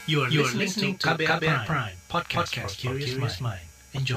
You are listening to KBR Prime, podcast for curious mind. Enjoy.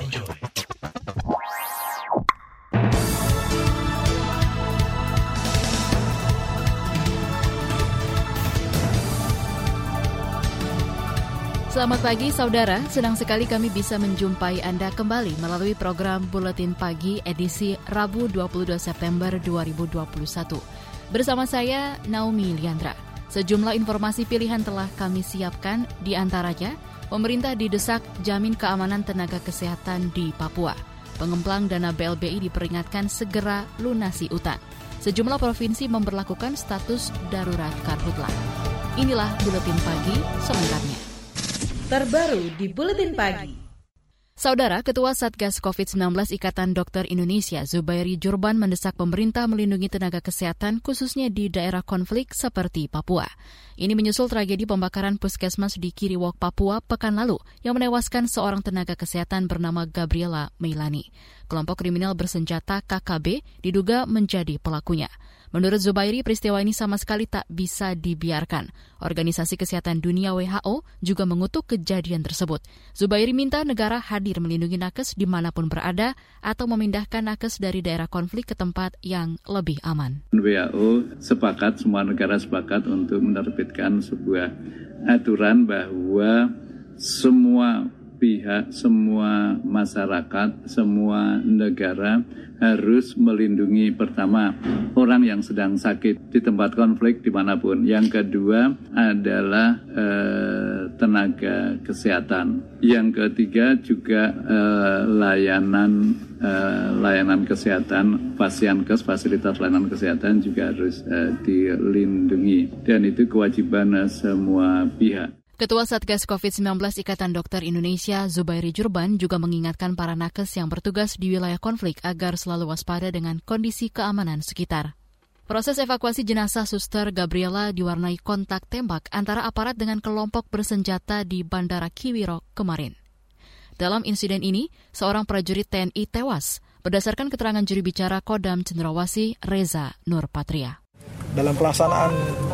Selamat pagi saudara, senang sekali kami bisa menjumpai Anda kembali melalui program Buletin Pagi edisi Rabu 22 September 2021. Bersama saya Naomi Liandra. Sejumlah informasi pilihan telah kami siapkan, di antaranya pemerintah didesak jamin keamanan tenaga kesehatan di Papua. Pengemplang dana BLBI diperingatkan segera lunasi utang. Sejumlah provinsi memberlakukan status darurat karhutla. Inilah Buletin Pagi selengkapnya. Terbaru di Buletin Pagi. Saudara, Ketua Satgas COVID-19 Ikatan Dokter Indonesia, Zubairi Jurban, mendesak pemerintah melindungi tenaga kesehatan khususnya di daerah konflik seperti Papua. Ini menyusul tragedi pembakaran puskesmas di Kiriwok, Papua pekan lalu yang menewaskan seorang tenaga kesehatan bernama Gabriela Meilani. Kelompok kriminal bersenjata KKB diduga menjadi pelakunya. Menurut Zubairi, peristiwa ini sama sekali tak bisa dibiarkan. Organisasi Kesehatan Dunia WHO juga mengutuk kejadian tersebut. Zubairi minta negara hadir melindungi nakes dimanapun berada atau memindahkan nakes dari daerah konflik ke tempat yang lebih aman. WHO sepakat, semua negara sepakat untuk menerbitkan sebuah aturan bahwa semua pihak, semua masyarakat, semua negara harus melindungi pertama orang yang sedang sakit di tempat konflik dimanapun. Yang kedua adalah tenaga kesehatan. Yang ketiga juga layanan kesehatan, Pasienkes, fasilitas layanan kesehatan juga harus dilindungi. Dan itu kewajiban semua pihak. Ketua Satgas COVID-19 Ikatan Dokter Indonesia, Zubairi Jurban, juga mengingatkan para nakes yang bertugas di wilayah konflik agar selalu waspada dengan kondisi keamanan sekitar. Proses evakuasi jenazah Suster Gabriela diwarnai kontak tembak antara aparat dengan kelompok bersenjata di Bandara Kiwirok kemarin. Dalam insiden ini, seorang prajurit TNI tewas, berdasarkan keterangan juru bicara Kodam Cendrawasih, Reza Nur Patria. Dalam pelaksanaan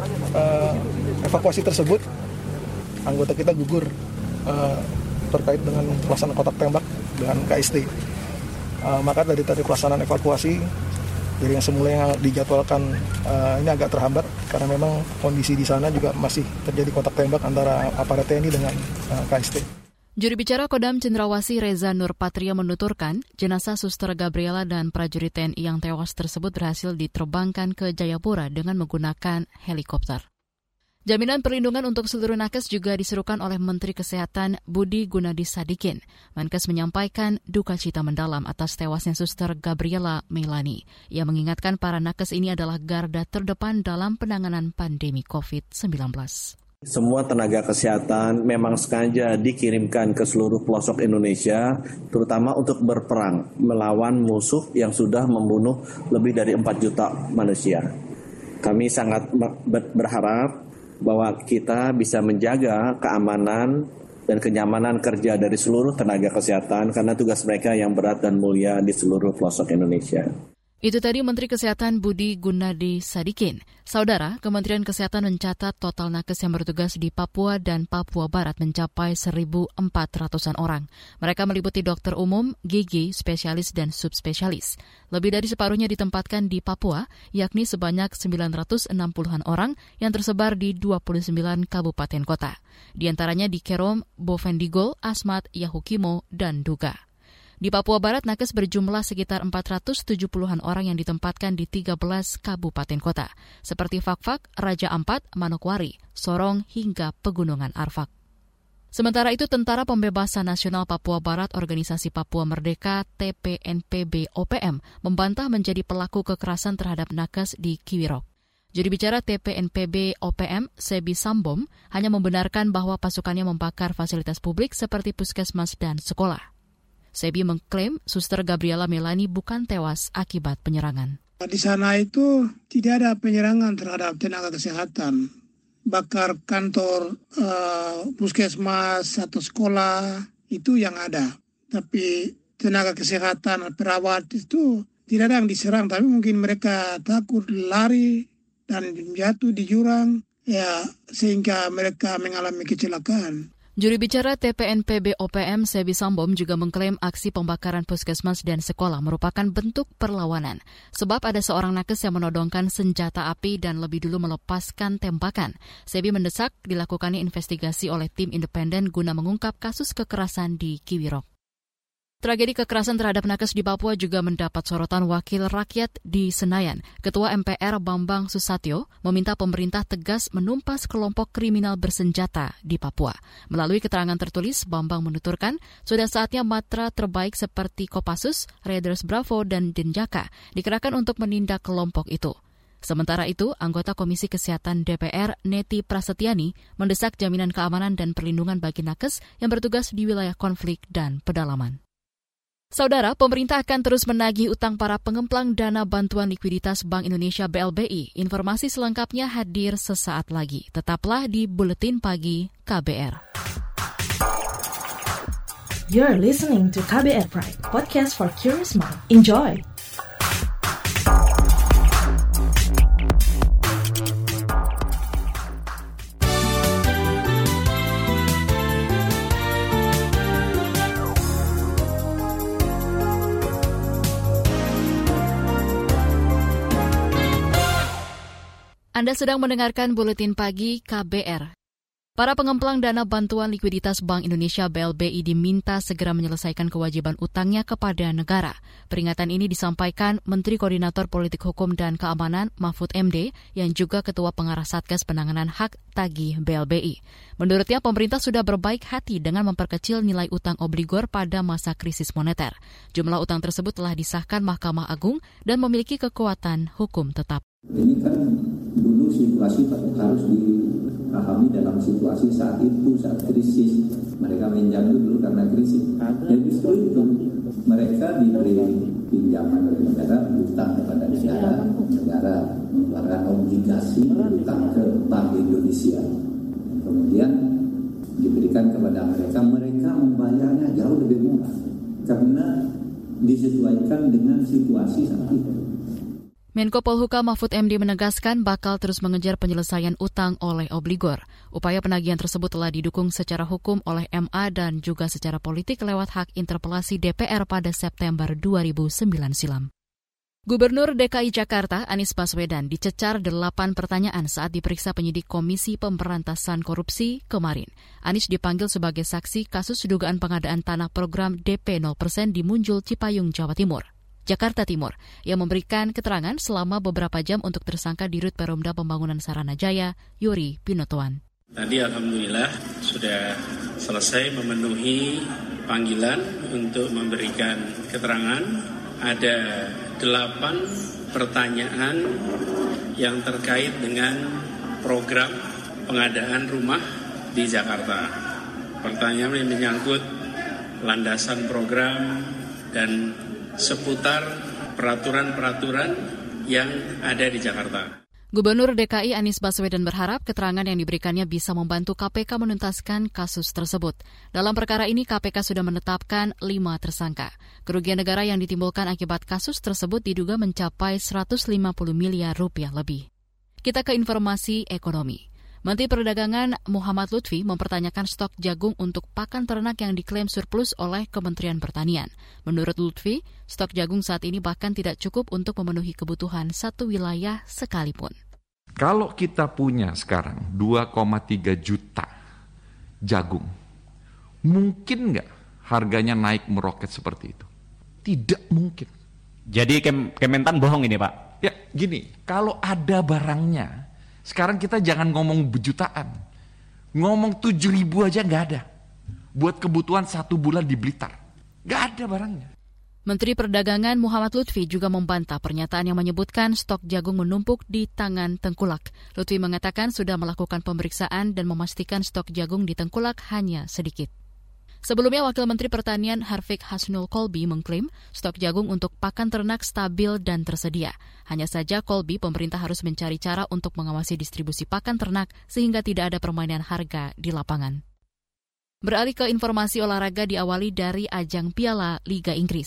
evakuasi tersebut, anggota kita gugur terkait dengan pelaksanaan kontak tembak dengan KST. Maka dari pelaksanaan evakuasi, jadi yang semula dijadwalkan ini agak terhambat karena memang kondisi di sana juga masih terjadi kontak tembak antara aparat TNI dengan KST. Juru bicara Kodam Cendrawasih Reza Nur Patria menuturkan, jenazah Suster Gabriela dan prajurit TNI yang tewas tersebut berhasil diterbangkan ke Jayapura dengan menggunakan helikopter. Jaminan perlindungan untuk seluruh nakes juga diserukan oleh Menteri Kesehatan Budi Gunadi Sadikin. Menkes menyampaikan duka cita mendalam atas tewasnya Suster Gabriela Meilani. Ia mengingatkan para nakes ini adalah garda terdepan dalam penanganan pandemi COVID-19. Semua tenaga kesehatan memang sengaja dikirimkan ke seluruh pelosok Indonesia, terutama untuk berperang melawan musuh yang sudah membunuh lebih dari 4 juta manusia. Kami sangat berharap bahwa kita bisa menjaga keamanan dan kenyamanan kerja dari seluruh tenaga kesehatan karena tugas mereka yang berat dan mulia di seluruh pelosok Indonesia. Itu tadi Menteri Kesehatan Budi Gunadi Sadikin. Saudara, Kementerian Kesehatan mencatat total nakes yang bertugas di Papua dan Papua Barat mencapai 1.400-an orang. Mereka meliputi dokter umum, gigi, spesialis, dan subspesialis. Lebih dari separuhnya ditempatkan di Papua, yakni sebanyak 960-an orang yang tersebar di 29 kabupaten kota. Di antaranya di Kerom, Bovendigul, Asmat, Yahukimo, dan Duga. Di Papua Barat, nakes berjumlah sekitar 470-an orang yang ditempatkan di 13 kabupaten kota, seperti Fakfak, Raja Ampat, Manokwari, Sorong, hingga Pegunungan Arfak. Sementara itu, Tentara Pembebasan Nasional Papua Barat Organisasi Papua Merdeka TPNPB OPM membantah menjadi pelaku kekerasan terhadap nakes di Kiwirok. Juru bicara TPNPB OPM, Sebi Sambom, hanya membenarkan bahwa pasukannya membakar fasilitas publik seperti puskesmas dan sekolah. Sebi mengklaim Suster Gabriela Meilani bukan tewas akibat penyerangan. Di sana itu tidak ada penyerangan terhadap tenaga kesehatan. Bakar kantor, puskesmas atau sekolah, itu yang ada. Tapi tenaga kesehatan, perawat itu tidak ada yang diserang. Tapi mungkin mereka takut lari dan jatuh di jurang. ya sehingga mereka mengalami kecelakaan. Juru bicara TPNPB OPM Sebi Sambom juga mengklaim aksi pembakaran puskesmas dan sekolah merupakan bentuk perlawanan. Sebab ada seorang nakes yang menodongkan senjata api dan lebih dulu melepaskan tembakan. Sebi mendesak dilakukannya investigasi oleh tim independen guna mengungkap kasus kekerasan di Kiwirok. Tragedi kekerasan terhadap nakes di Papua juga mendapat sorotan Wakil Rakyat di Senayan. Ketua MPR Bambang Susatyo meminta pemerintah tegas menumpas kelompok kriminal bersenjata di Papua. Melalui keterangan tertulis, Bambang menuturkan sudah saatnya matra terbaik seperti Kopassus, Raiders Bravo, dan Denjaka dikerahkan untuk menindak kelompok itu. Sementara itu, anggota Komisi Kesehatan DPR, Neti Prasetyani, mendesak jaminan keamanan dan perlindungan bagi nakes yang bertugas di wilayah konflik dan pedalaman. Saudara, pemerintah akan terus menagih utang para pengemplang dana bantuan likuiditas Bank Indonesia BLBI. Informasi selengkapnya hadir sesaat lagi. Tetaplah di Buletin Pagi KBR. You're listening to KBR Pride, podcast for curious mind. Enjoy! Anda sedang mendengarkan Buletin Pagi KBR. Para pengemplang dana bantuan likuiditas Bank Indonesia BLBI diminta segera menyelesaikan kewajiban utangnya kepada negara. Peringatan ini disampaikan Menteri Koordinator Politik Hukum dan Keamanan Mahfud MD yang juga Ketua Pengarah Satgas Penanganan Hak Tagih BLBI. Menurutnya pemerintah sudah berbaik hati dengan memperkecil nilai utang obligor pada masa krisis moneter. Jumlah utang tersebut telah disahkan Mahkamah Agung dan memiliki kekuatan hukum tetap. Ini kan dulu situasi harus dipahami dalam situasi saat itu, saat krisis. Mereka minjam dulu karena krisis. Dan justru itu mereka diberi pinjaman dari negara, utang kepada negara, negara mengeluarkan obligasi utang ke Bank Indonesia. Kemudian diberikan kepada mereka, mereka membayarnya jauh lebih murah karena disesuaikan dengan situasi saat itu. Menko Polhukam Mahfud MD menegaskan bakal terus mengejar penyelesaian utang oleh obligor. Upaya penagihan tersebut telah didukung secara hukum oleh MA dan juga secara politik lewat hak interpelasi DPR pada September 2009 silam. Gubernur DKI Jakarta Anies Baswedan dicecar 8 pertanyaan saat diperiksa penyidik Komisi Pemberantasan Korupsi kemarin. Anies dipanggil sebagai saksi kasus dugaan pengadaan tanah program DP 0% di Munjul, Cipayung, Jakarta Timur, yang memberikan keterangan selama beberapa jam untuk tersangka Dirut Perumda Pembangunan Saranajaya, Yuri Pinotoan. Tadi alhamdulillah sudah selesai memenuhi panggilan untuk memberikan keterangan. Ada 8 pertanyaan yang terkait dengan program pengadaan rumah di Jakarta. Pertanyaan yang menyangkut landasan program dan seputar peraturan-peraturan yang ada di Jakarta. Gubernur DKI Anies Baswedan berharap keterangan yang diberikannya bisa membantu KPK menuntaskan kasus tersebut. Dalam perkara ini KPK sudah menetapkan 5 tersangka. Kerugian negara yang ditimbulkan akibat kasus tersebut diduga mencapai 150 miliar rupiah lebih. Kita ke informasi ekonomi. Menteri Perdagangan Muhammad Lutfi mempertanyakan stok jagung untuk pakan ternak yang diklaim surplus oleh Kementerian Pertanian. Menurut Lutfi, stok jagung saat ini bahkan tidak cukup untuk memenuhi kebutuhan satu wilayah sekalipun. Kalau kita punya sekarang 2,3 juta jagung, mungkin nggak harganya naik meroket seperti itu? Tidak mungkin. Jadi Kementan bohong ini, Pak? Ya, gini, kalau ada barangnya, sekarang kita jangan ngomong berjutaan. Ngomong 7.000 aja nggak ada. Buat kebutuhan 1 bulan di Blitar. Nggak ada barangnya. Menteri Perdagangan Muhammad Lutfi juga membantah pernyataan yang menyebutkan stok jagung menumpuk di tangan tengkulak. Lutfi mengatakan sudah melakukan pemeriksaan dan memastikan stok jagung di tengkulak hanya sedikit. Sebelumnya, Wakil Menteri Pertanian Harfiq Hasnul Kolbi mengklaim stok jagung untuk pakan ternak stabil dan tersedia. Hanya saja Kolbi, pemerintah harus mencari cara untuk mengawasi distribusi pakan ternak sehingga tidak ada permainan harga di lapangan. Beralih ke informasi olahraga diawali dari ajang Piala Liga Inggris.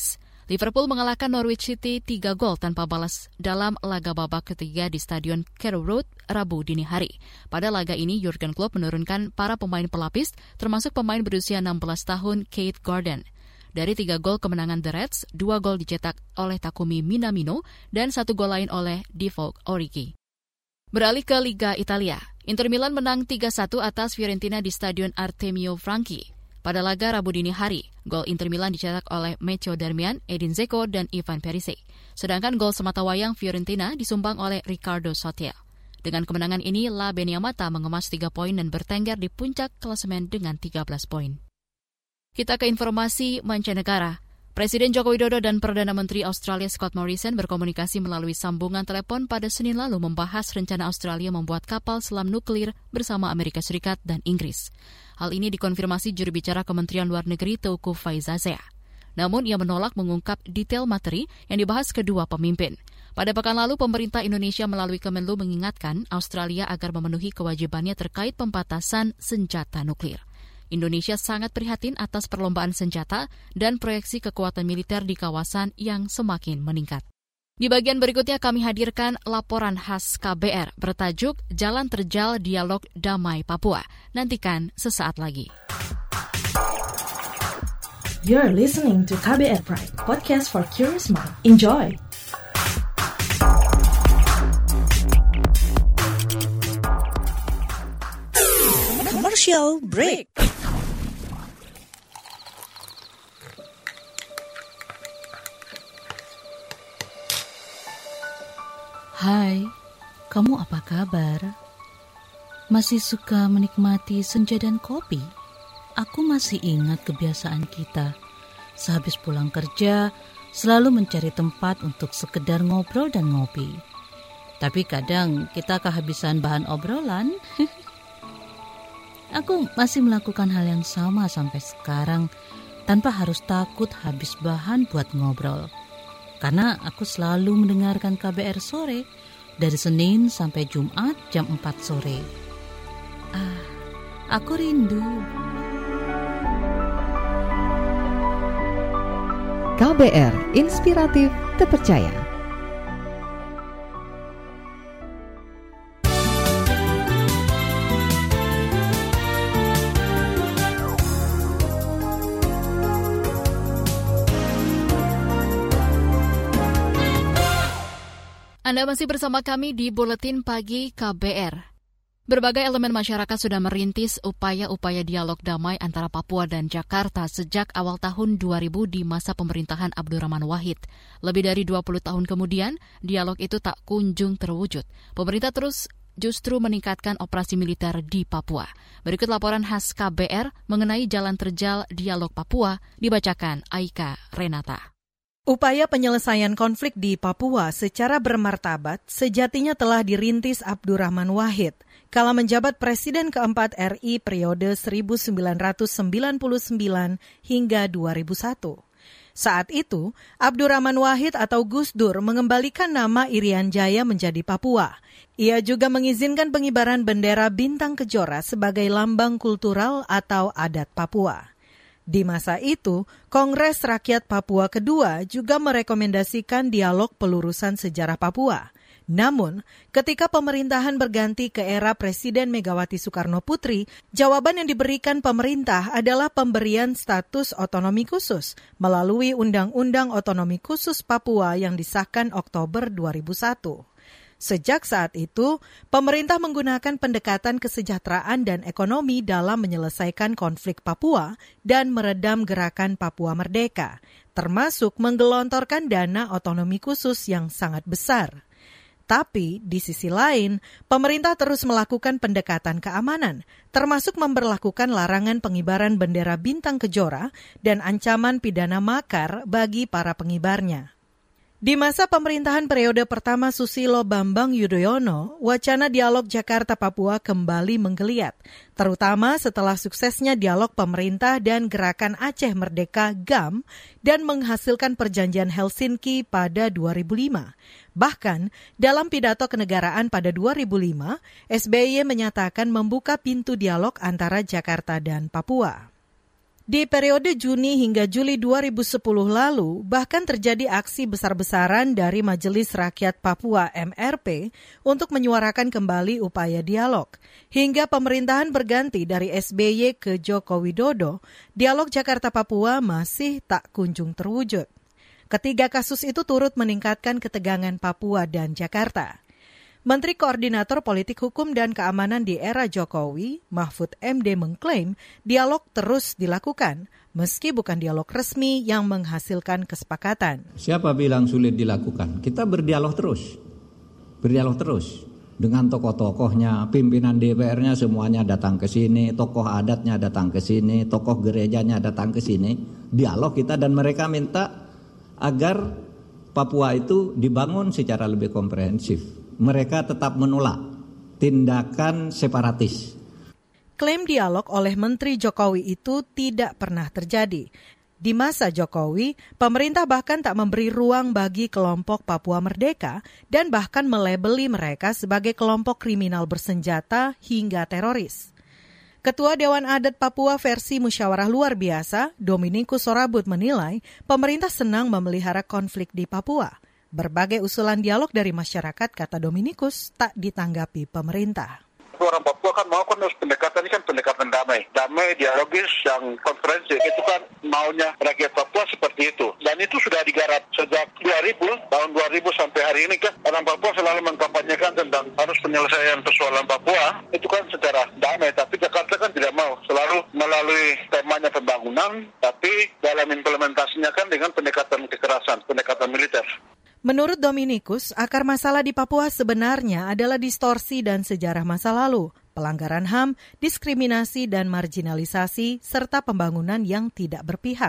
Liverpool mengalahkan Norwich City 3 gol tanpa balas dalam laga babak ketiga di Stadion Carrow Road Rabu dini hari. Pada laga ini, Jurgen Klopp menurunkan para pemain pelapis, termasuk pemain berusia 16 tahun Keith Gordon. Dari 3 gol kemenangan The Reds, 2 gol dicetak oleh Takumi Minamino dan 1 gol lain oleh Divock Origi. Beralih ke Liga Italia, Inter Milan menang 3-1 atas Fiorentina di Stadion Artemio Franchi. Pada laga Rabu dini hari, gol Inter Milan dicetak oleh Matteo Darmian, Edin Dzeko, dan Ivan Perisic. Sedangkan gol sematawayang Fiorentina disumbang oleh Riccardo Sottil. Dengan kemenangan ini, La Beniamata mengemas 3 poin dan bertengger di puncak klasemen dengan 13 poin. Kita ke informasi mancanegara. Presiden Joko Widodo dan Perdana Menteri Australia Scott Morrison berkomunikasi melalui sambungan telepon pada Senin lalu membahas rencana Australia membuat kapal selam nuklir bersama Amerika Serikat dan Inggris. Hal ini dikonfirmasi juru bicara Kementerian Luar Negeri Teuku Faizazeh. Namun ia menolak mengungkap detail materi yang dibahas kedua pemimpin. Pada pekan lalu, pemerintah Indonesia melalui Kemenlu mengingatkan Australia agar memenuhi kewajibannya terkait pembatasan senjata nuklir. Indonesia sangat prihatin atas perlombaan senjata dan proyeksi kekuatan militer di kawasan yang semakin meningkat. Di bagian berikutnya kami hadirkan laporan khas KBR bertajuk Jalan Terjal Dialog Damai Papua. Nantikan sesaat lagi. You're listening to KBR Pride, podcast for curious mind. Enjoy! Commercial break. Hai, kamu apa kabar? Masih suka menikmati senja dan kopi? Aku masih ingat kebiasaan kita. Sehabis pulang kerja, selalu mencari tempat untuk sekedar ngobrol dan ngopi. Tapi kadang kita kehabisan bahan obrolan. Aku masih melakukan hal yang sama sampai sekarang, tanpa harus takut habis bahan buat ngobrol. Karena aku selalu mendengarkan KBR sore, dari Senin sampai Jumat jam 4 sore. Aku rindu. KBR, inspiratif, terpercaya. Anda masih bersama kami di Buletin Pagi KBR. Berbagai elemen masyarakat sudah merintis upaya-upaya dialog damai antara Papua dan Jakarta sejak awal tahun 2000 di masa pemerintahan Abdurrahman Wahid. Lebih dari 20 tahun kemudian, dialog itu tak kunjung terwujud. Pemerintah justru meningkatkan operasi militer di Papua. Berikut laporan khas KBR mengenai jalan terjal dialog Papua, dibacakan Aika Renata. Upaya penyelesaian konflik di Papua secara bermartabat sejatinya telah dirintis Abdurrahman Wahid kala menjabat Presiden keempat RI periode 1999 hingga 2001. Saat itu, Abdurrahman Wahid atau Gus Dur mengembalikan nama Irian Jaya menjadi Papua. Ia juga mengizinkan pengibaran bendera bintang kejora sebagai lambang kultural atau adat Papua. Di masa itu, Kongres Rakyat Papua Kedua juga merekomendasikan dialog pelurusan sejarah Papua. Namun, ketika pemerintahan berganti ke era Presiden Megawati Soekarno Putri, jawaban yang diberikan pemerintah adalah pemberian status otonomi khusus melalui Undang-Undang Otonomi Khusus Papua yang disahkan Oktober 2001. Sejak saat itu, pemerintah menggunakan pendekatan kesejahteraan dan ekonomi dalam menyelesaikan konflik Papua dan meredam gerakan Papua Merdeka, termasuk menggelontorkan dana otonomi khusus yang sangat besar. Tapi, di sisi lain, pemerintah terus melakukan pendekatan keamanan, termasuk memberlakukan larangan pengibaran bendera bintang kejora dan ancaman pidana makar bagi para pengibarnya. Di masa pemerintahan periode pertama Susilo Bambang Yudhoyono, wacana dialog Jakarta-Papua kembali menggeliat, terutama setelah suksesnya dialog pemerintah dan Gerakan Aceh Merdeka GAM dan menghasilkan perjanjian Helsinki pada 2005. Bahkan, dalam pidato kenegaraan pada 2005, SBY menyatakan membuka pintu dialog antara Jakarta dan Papua. Di periode Juni hingga Juli 2010 lalu, bahkan terjadi aksi besar-besaran dari Majelis Rakyat Papua MRP untuk menyuarakan kembali upaya dialog. Hingga pemerintahan berganti dari SBY ke Joko Widodo, dialog Jakarta-Papua masih tak kunjung terwujud. Ketiga kasus itu turut meningkatkan ketegangan Papua dan Jakarta. Menteri Koordinator Politik Hukum dan Keamanan di era Jokowi, Mahfud MD mengklaim dialog terus dilakukan, meski bukan dialog resmi yang menghasilkan kesepakatan. Siapa bilang sulit dilakukan? Kita berdialog terus. Dengan tokoh-tokohnya, pimpinan DPR-nya semuanya datang ke sini, tokoh adatnya datang ke sini, tokoh gerejanya datang ke sini. Dialog kita dan mereka minta agar Papua itu dibangun secara lebih komprehensif. Mereka tetap menolak tindakan separatis. Klaim dialog oleh Menteri Jokowi itu tidak pernah terjadi. Di masa Jokowi, pemerintah bahkan tak memberi ruang bagi kelompok Papua Merdeka dan bahkan melabeli mereka sebagai kelompok kriminal bersenjata hingga teroris. Ketua Dewan Adat Papua versi Musyawarah Luar Biasa, Dominikus Sorabut menilai pemerintah senang memelihara konflik di Papua. Berbagai usulan dialog dari masyarakat, kata Dominikus, tak ditanggapi pemerintah. Orang Papua kan mau pendekatan ini kan pendekatan damai, dialogis, yang konferensi. Itu kan maunya rakyat Papua seperti itu. Dan itu sudah digarap sejak tahun 2000 sampai hari ini kan. Orang Papua selalu mengkampanyekan tentang harus penyelesaian persoalan Papua. Itu kan secara damai, tapi Jakarta kan tidak mau. Selalu melalui temanya pembangunan, tapi dalam implementasinya kan dengan pendekatan kekerasan, pendekatan militer. Menurut Dominikus, akar masalah di Papua sebenarnya adalah distorsi dan sejarah masa lalu, pelanggaran HAM, diskriminasi dan marginalisasi, serta pembangunan yang tidak berpihak.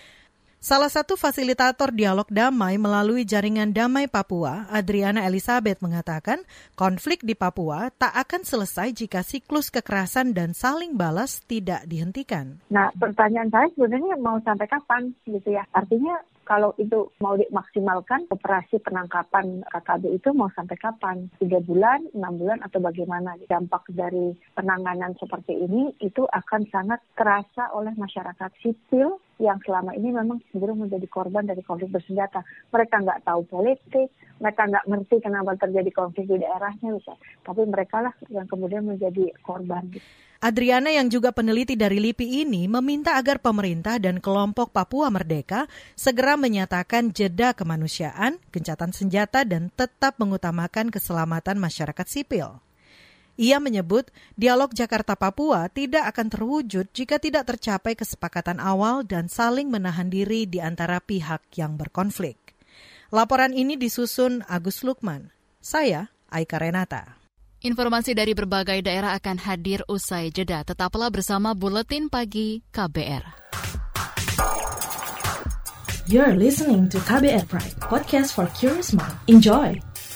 Salah satu fasilitator dialog damai melalui Jaringan Damai Papua, Adriana Elizabeth mengatakan, konflik di Papua tak akan selesai jika siklus kekerasan dan saling balas tidak dihentikan. Nah, pertanyaan saya sebenarnya mau sampai kapan gitu ya? Artinya kalau itu mau dimaksimalkan, operasi penangkapan KKB itu mau sampai kapan? 3 bulan, 6 bulan, atau bagaimana? Dampak dari penanganan seperti ini itu akan sangat terasa oleh masyarakat sipil yang selama ini memang cenderung menjadi korban dari konflik bersenjata. Mereka nggak tahu politik, mereka nggak ngerti kenapa terjadi konflik di daerahnya, misalnya. Tapi mereka lah yang kemudian menjadi korban. Adriana yang juga peneliti dari LIPI ini meminta agar pemerintah dan kelompok Papua Merdeka segera menyatakan jeda kemanusiaan, gencatan senjata, dan tetap mengutamakan keselamatan masyarakat sipil. Ia menyebut dialog Jakarta-Papua tidak akan terwujud jika tidak tercapai kesepakatan awal dan saling menahan diri di antara pihak yang berkonflik. Laporan ini disusun Agus Lukman. Saya Aika Renata. Informasi dari berbagai daerah akan hadir usai jeda. Tetaplah bersama Buletin Pagi KBR. You're listening to KBR Pride, podcast for curious mind. Enjoy!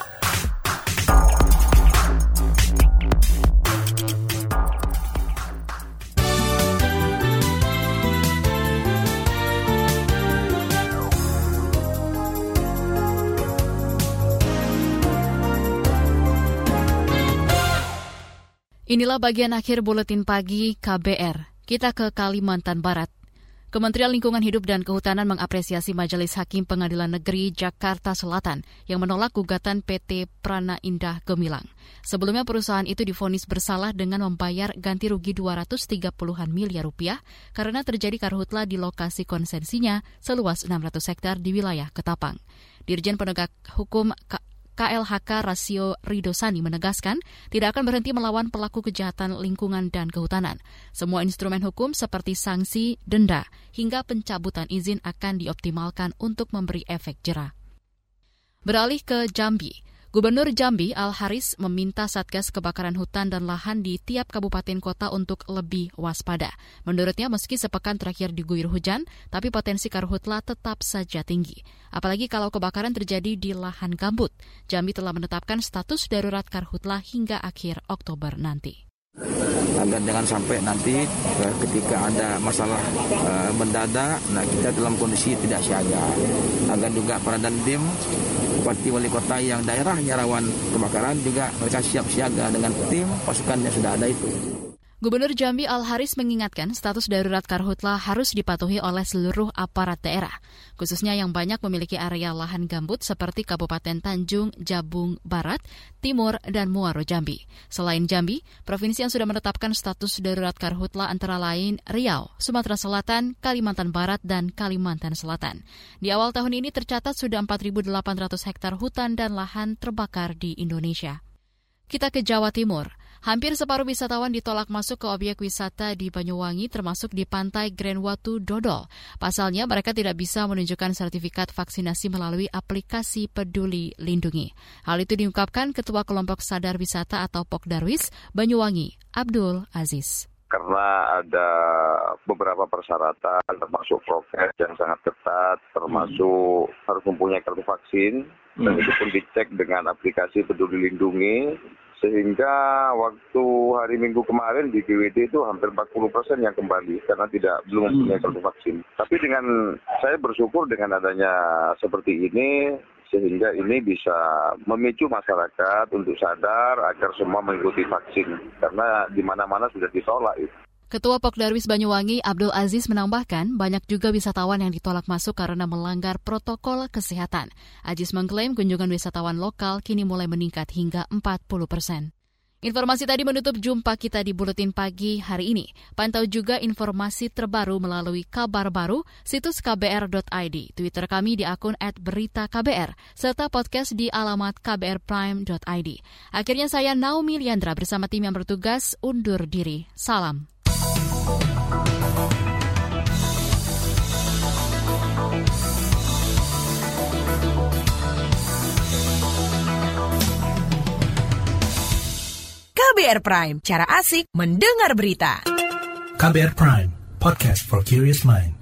Inilah bagian akhir Buletin Pagi KBR. Kita ke Kalimantan Barat. Kementerian Lingkungan Hidup dan Kehutanan mengapresiasi Majelis Hakim Pengadilan Negeri Jakarta Selatan yang menolak gugatan PT Prana Indah Gemilang. Sebelumnya perusahaan itu divonis bersalah dengan membayar ganti rugi 230-an miliar rupiah karena terjadi karhutla di lokasi konsensinya seluas 600 hektar di wilayah Ketapang. Dirjen Penegak Hukum KLHK Rasio Ridosani menegaskan tidak akan berhenti melawan pelaku kejahatan lingkungan dan kehutanan. Semua instrumen hukum seperti sanksi, denda, hingga pencabutan izin akan dioptimalkan untuk memberi efek jera. Beralih ke Jambi. Gubernur Jambi Al-Haris meminta Satgas Kebakaran Hutan dan Lahan di tiap kabupaten kota untuk lebih waspada. Menurutnya meski sepekan terakhir diguyur hujan, tapi potensi karhutla tetap saja tinggi. Apalagi kalau kebakaran terjadi di lahan gambut. Jambi telah menetapkan status darurat karhutla hingga akhir Oktober nanti. Agar jangan sampai nanti ketika ada masalah mendadak, kita dalam kondisi tidak siaga. Agar juga para dandim, bupati wali kota yang daerahnya rawan kebakaran juga mereka siap siaga dengan tim pasukan yang sudah ada itu. Gubernur Jambi Al-Haris mengingatkan status darurat karhutla harus dipatuhi oleh seluruh aparat daerah, khususnya yang banyak memiliki area lahan gambut seperti Kabupaten Tanjung, Jabung Barat, Timur, dan Muaro Jambi. Selain Jambi, provinsi yang sudah menetapkan status darurat karhutla antara lain Riau, Sumatera Selatan, Kalimantan Barat, dan Kalimantan Selatan. Di awal tahun ini tercatat sudah 4.800 hektar hutan dan lahan terbakar di Indonesia. Kita ke Jawa Timur. Hampir separuh wisatawan ditolak masuk ke objek wisata di Banyuwangi termasuk di Pantai Grand Watu Dodol. Pasalnya mereka tidak bisa menunjukkan sertifikat vaksinasi melalui aplikasi Peduli Lindungi. Hal itu diungkapkan Ketua Kelompok Sadar Wisata atau Pokdarwis Banyuwangi, Abdul Aziz. Karena ada beberapa persyaratan termasuk prokes yang sangat ketat, termasuk harus mempunyai kartu vaksin, dan itu pun dicek dengan aplikasi Peduli Lindungi, sehingga waktu hari Minggu kemarin di GWD itu hampir 40% yang kembali karena belum mempunyai kartu vaksin. Tapi dengan saya bersyukur dengan adanya seperti ini, sehingga ini bisa memicu masyarakat untuk sadar agar semua mengikuti vaksin karena di mana-mana sudah ditolak itu. Ketua Pokdarwis Banyuwangi Abdul Aziz menambahkan banyak juga wisatawan yang ditolak masuk karena melanggar protokol kesehatan. Aziz mengklaim kunjungan wisatawan lokal kini mulai meningkat hingga 40%. Informasi tadi menutup jumpa kita di Buletin Pagi hari ini. Pantau juga informasi terbaru melalui kabar baru, situs kbr.id, Twitter kami di akun @beritaKBR, serta podcast di alamat kbrprime.id. Akhirnya saya Naomi Liandra bersama tim yang bertugas undur diri. Salam. KBR Prime, cara asik mendengar berita. KBR Prime, podcast for curious mind.